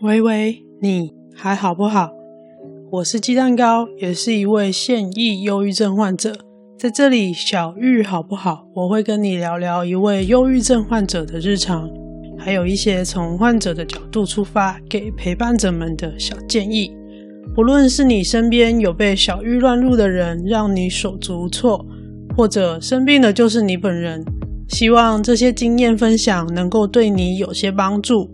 喂喂，你还好不好？我是鸡蛋糕，也是一位现役忧郁症患者。在这里，小玉好不好？我会跟你聊聊一位忧郁症患者的日常，还有一些从患者的角度出发，给陪伴者们的小建议。不论是你身边有被小玉乱入的人，让你手足无措，或者生病的就是你本人，希望这些经验分享能够对你有些帮助。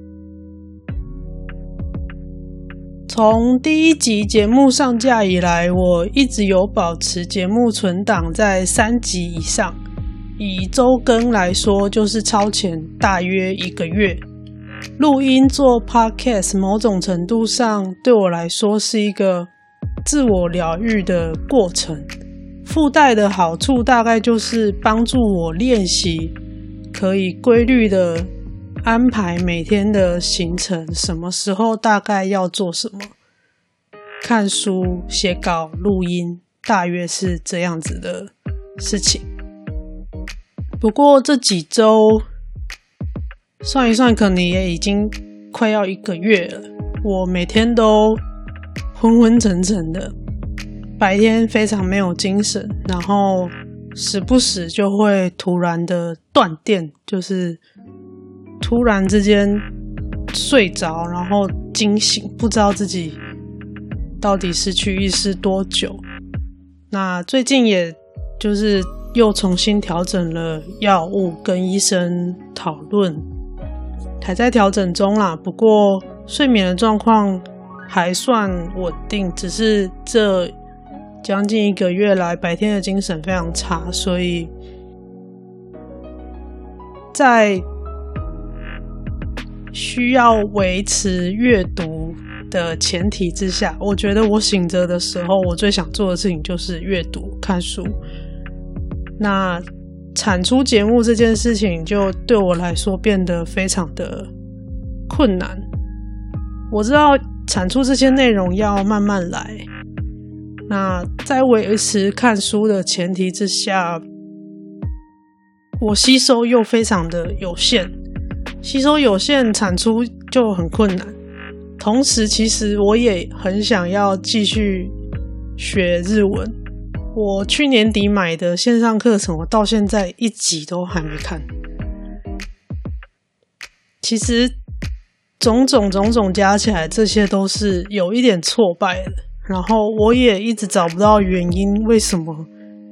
从第一集节目上架以来，我一直有保持节目存档在3集以上，以周更来说就是超前大约1个月。录音做 podcast 某种程度上对我来说是一个自我疗愈的过程，附带的好处大概就是帮助我练习可以规律的安排每天的行程，什么时候大概要做什么，看书、写稿、录音，大约是这样子的事情。不过这几周算一算可能也已经快要1个月了，我每天都昏昏沉沉的，白天非常没有精神，然后时不时就会突然的断电，就是突然之间睡着，然后惊醒，不知道自己到底失去意识多久。那最近也就是又重新调整了药物，跟医生讨论，还在调整中啦。不过睡眠的状况还算稳定，只是这将近1个月来白天的精神非常差，所以在需要维持阅读的前提之下，我觉得我醒着的时候我最想做的事情就是阅读看书。那产出节目这件事情就对我来说变得非常的困难。我知道产出这些内容要慢慢来，那在维持看书的前提之下，我吸收又非常的有限，吸收有限，产出就很困难。同时其实我也很想要继续学日文，我去年底买的线上课程，我到现在1集都还没看。其实种种加起来，这些都是有一点挫败的，然后我也一直找不到原因，为什么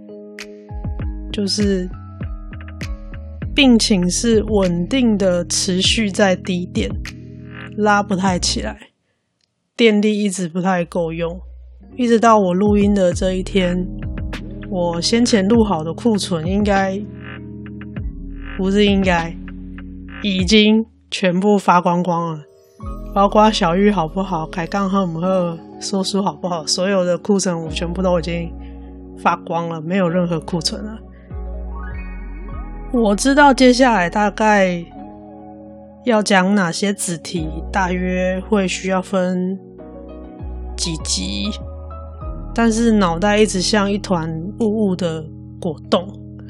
就是病情是稳定的持续在低点，拉不太起来，电力一直不太够用，一直到我录音的这一天，我先前录好的库存已经全部发光光了，包括小玉好不好，开杠好不好，说书好不好，所有的库存我全部都已经发光了，没有任何库存了。我知道接下来大概要讲哪些子题，大约会需要分几集，但是脑袋一直像一团雾雾的果冻，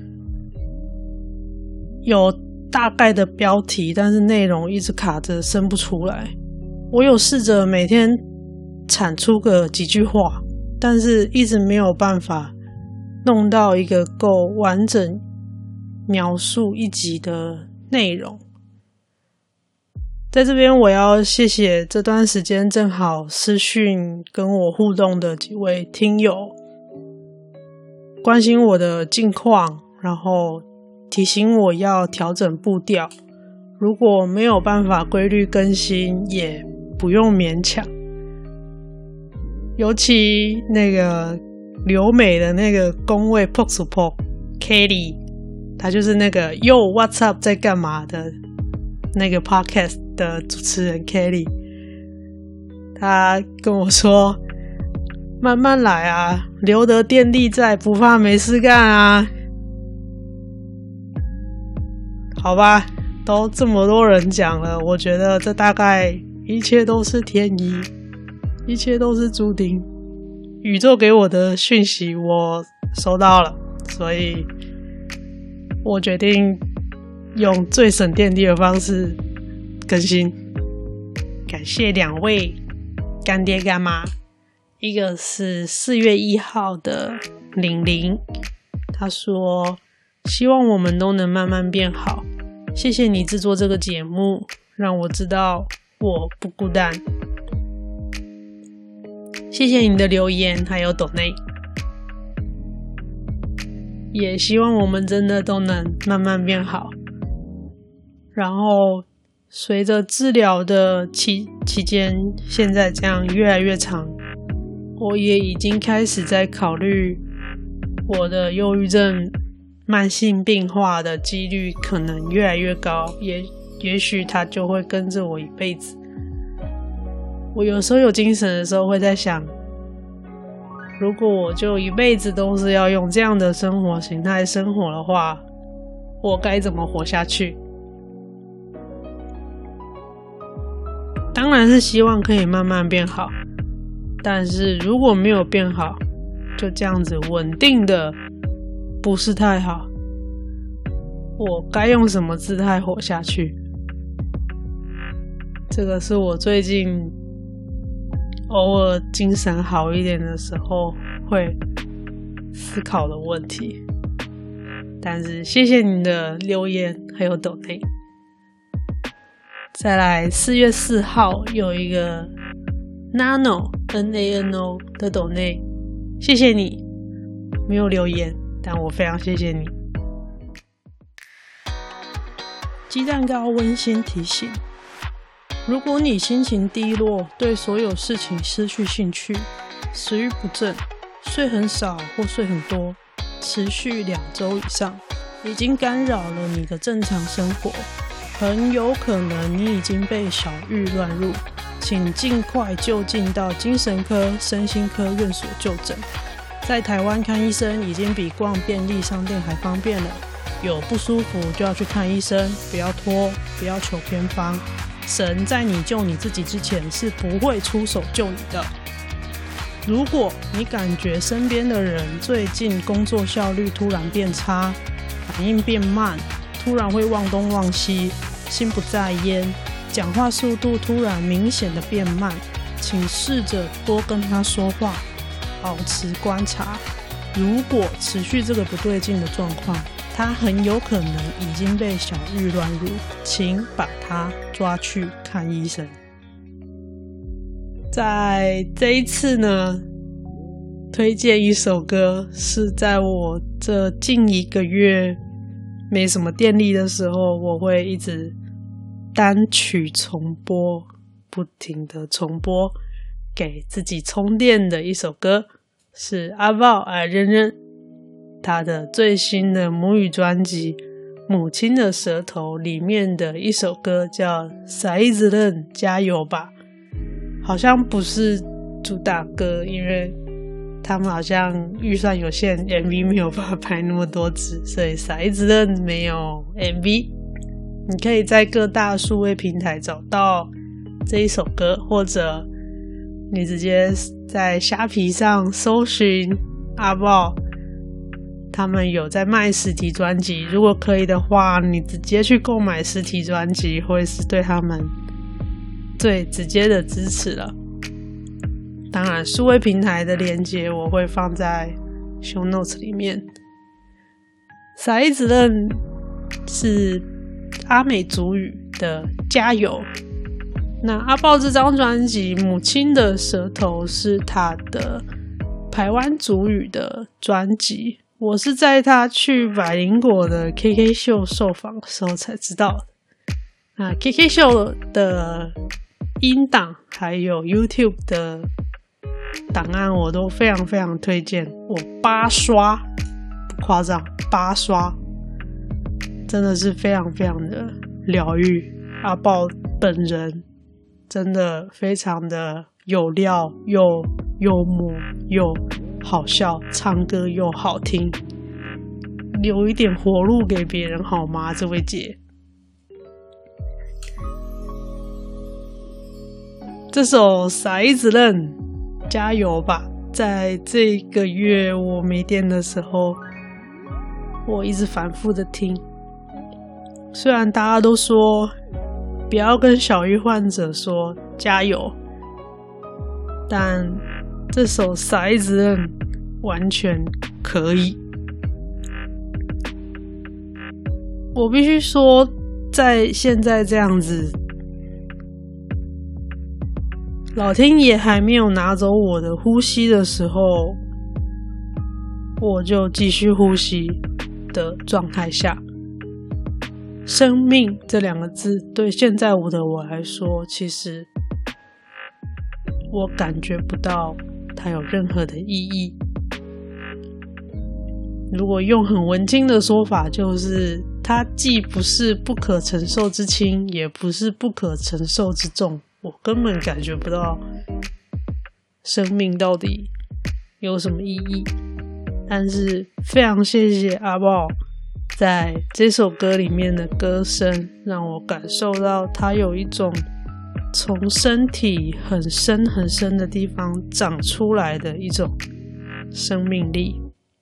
有大概的标题，但是内容一直卡着生不出来。我有试着每天产出个几句话，但是一直没有办法弄到一个够完整描述1集的内容。在这边我要谢谢这段时间正好私讯跟我互动的几位听友，关心我的近况，然后提醒我要调整步调，如果没有办法规律更新也不用勉强。尤其那个留美的那个公卫 Pok Kelly， 他就是那个 Yo What's Up 在干嘛的那个 podcast 的主持人 Kelly， 他跟我说慢慢来啊，留得电力在，不怕没事干啊。好吧，都这么多人讲了，我觉得这大概一切都是天意，一切都是注定，宇宙给我的讯息我收到了，所以我决定用最省电力的方式更新。 感谢2位干爹干妈，一个是4月1号的00，他说希望我们都能慢慢变好，谢谢你制作这个节目，让我知道我不孤单。谢谢你的留言还有donate，也希望我们真的都能慢慢变好。然后随着治疗的期间现在这样越来越长，我也已经开始在考虑我的忧郁症慢性病化的几率可能越来越高，也许它就会跟着我一辈子。我有时候有精神的时候会在想，如果我就一辈子都是要用这样的生活形态生活的话，我该怎么活下去？当然是希望可以慢慢变好，但是如果没有变好，就这样子稳定的不是太好，我该用什么姿态活下去？这个是我最近偶尔精神好一点的时候会思考的问题。但是谢谢你的留言还有donate。再来4月4号有一个 Nano N-A-N-O 的donate，谢谢你，没有留言，但我非常谢谢你。鸡蛋糕温馨提醒，如果你心情低落，对所有事情失去兴趣，食欲不振，睡很少或睡很多，持续2周以上，已经干扰了你的正常生活，很有可能你已经被小郁乱入，请尽快就近到精神科、身心科院所就诊。在台湾看医生已经比逛便利商店还方便了，有不舒服就要去看医生，不要拖，不要求偏方。神在你救你自己之前是不会出手救你的。如果你感觉身边的人最近工作效率突然变差，反应变慢，突然会忘东忘西，心不在焉，讲话速度突然明显的变慢，请试着多跟他说话，保持观察。如果持续这个不对劲的状况，他很有可能已经被小郁乱入，请把他抓去看医生。在这一次呢，推荐一首歌，是在我这近1个月没什么电力的时候，我会一直单曲重播，不停的重播，给自己充电的一首歌，是阿豹任任他的最新的母语专辑《母亲的舌头》里面的一首歌，叫撒一子任加油吧。好像不是主打歌，因为他们好像预算有限， MV 没有办法拍那么多支，所以撒一子任没有 MV。 你可以在各大数位平台找到这一首歌，或者你直接在虾皮上搜寻阿豹，他们有在卖实体专辑，如果可以的话，你直接去购买实体专辑会是对他们最直接的支持了。当然数位平台的连结我会放在 show notes 里面。撒一子任是阿美族语的加油，那阿豹这张专辑《母亲的舌头》是他的排湾族语的专辑，我是在他去百灵果的 KK 秀受访的时候才知道的。那 KK 秀的音档还有 YouTube 的档案我都非常非常推荐，我8刷，不夸张，8刷，真的是非常非常的疗愈。阿豹本人真的非常的有料，又幽默又好笑，唱歌又好听，留一点活路给别人好吗，这位姐？这首撒一子任加油吧，在这个月我没电的时候，我一直反复的听。虽然大家都说不要跟小玉患者说加油，但这首傻一直认完全可以。我必须说，在现在这样子，老天爷还没有拿走我的呼吸的时候，我就继续呼吸的状态下，生命这两个字对现在我来说，其实我感觉不到它有任何的意义。如果用很文青的说法，就是它既不是不可承受之轻，也不是不可承受之重，我根本感觉不到生命到底有什么意义。但是非常谢谢阿豹在这首歌里面的歌声，让我感受到它有一种从身体很深很深的地方长出来的一种生命力。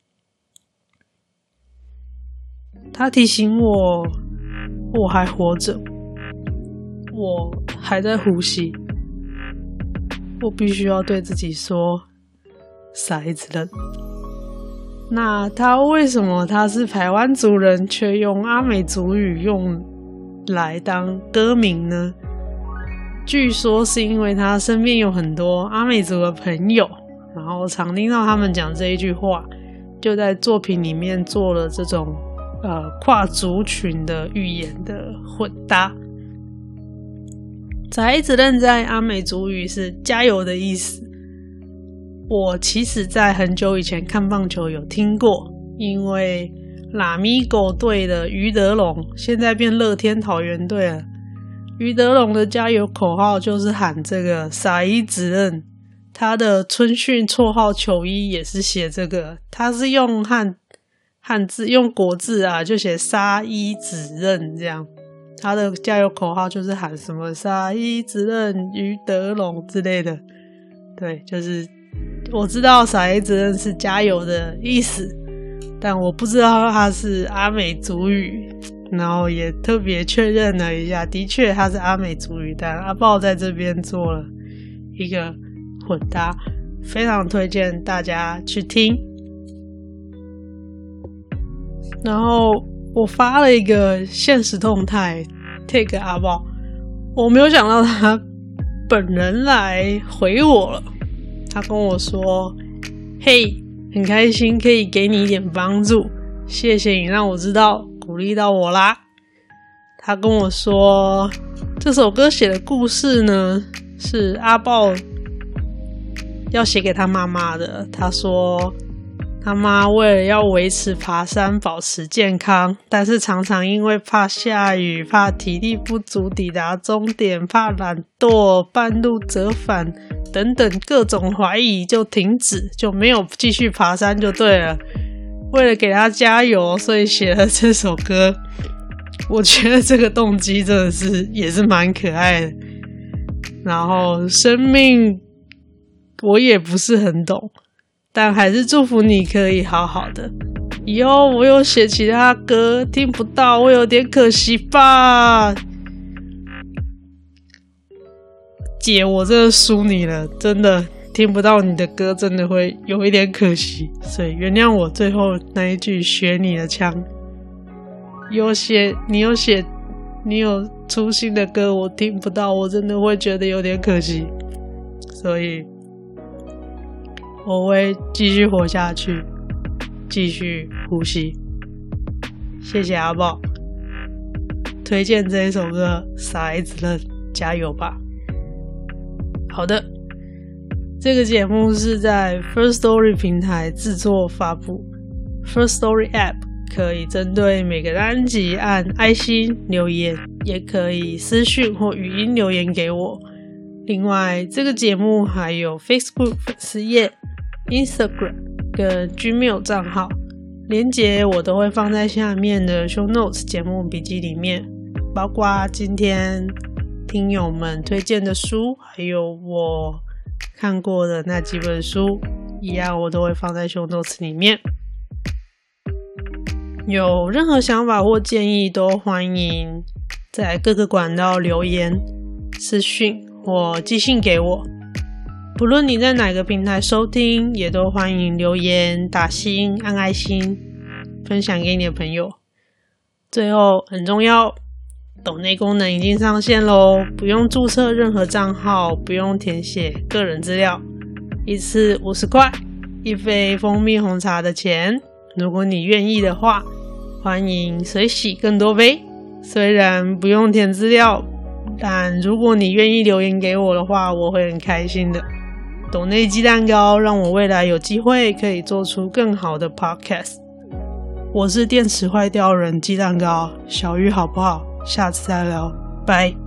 它提醒我，我还活着，我还在呼吸，我必须要对自己说傻一直认。那他为什么他是排湾族人，却用阿美族语用来当歌名呢？据说是因为他身边有很多阿美族的朋友，然后常听到他们讲这一句话，就在作品里面做了这种跨族群的语言的混搭。傻一直认在阿美族语是加油的意思。我其实在很久以前看棒球有听过，因为拉米狗队的余德龙现在变乐天桃园队了，余德龙的加油口号就是喊这个傻一直认，他的春训绰号球衣也是写这个，他是用汉字用国字啊，就写傻一直认这样，他的加油口号就是喊什么傻一直认余德龙之类的。对，就是我知道傻一直认是加油的意思，但我不知道它是阿美族语，然后也特别确认了一下，的确它是阿美族语，但阿豹在这边做了一个混搭，非常推荐大家去听。然后我发了一个限时动态 tag 阿豹，我没有想到他本人来回我了。他跟我说，嘿，很开心可以给你一点帮助，谢谢你让我知道，鼓励到我啦。他跟我说，这首歌写的故事呢，是阿豹要写给他妈妈的。他说他妈为了要维持爬山保持健康，但是常常因为怕下雨，怕体力不足抵达终点，怕懒惰半路折返等等各种怀疑，就停止，就没有继续爬山就对了。为了给他加油，所以写了这首歌。我觉得这个动机真的是也是蛮可爱的。然后生命我也不是很懂，但还是祝福你可以好好的。以后我有写其他歌听不到，我有点可惜吧。姐，我真的输你了，真的听不到你的歌，真的会有一点可惜，所以原谅我最后那一句学你的腔。你有出新的歌我听不到，我真的会觉得有点可惜，所以我会继续活下去，继续呼吸。谢谢阿豹推荐这一首歌，傻一直认，加油吧。好的，这个节目是在 First Story 平台制作发布， First Story App 可以针对每个单集按爱心留言，也可以私讯或语音留言给我。另外这个节目还有 Facebook 粉丝页、Instagram 跟 Gmail 账号，连结我都会放在下面的 Show Notes 节目笔记里面，包括今天听友们推荐的书，还有我看过的那几本书，一样我都会放在 Show Notes 里面。有任何想法或建议都欢迎在各个管道留言、私讯或寄信给我。不论你在哪个平台收听，也都欢迎留言、打星、按爱心，分享给你的朋友。最后很重要，抖内功能已经上线咯，不用注册任何账号，不用填写个人资料，一次50块，一杯蜂蜜红茶的钱。如果你愿意的话，欢迎随喜更多杯。虽然不用填资料，但如果你愿意留言给我的话，我会很开心的。抖内鸡蛋糕让我未来有机会可以做出更好的 podcast。 我是电池坏掉人鸡蛋糕，小玉好不好？下次再聊，拜。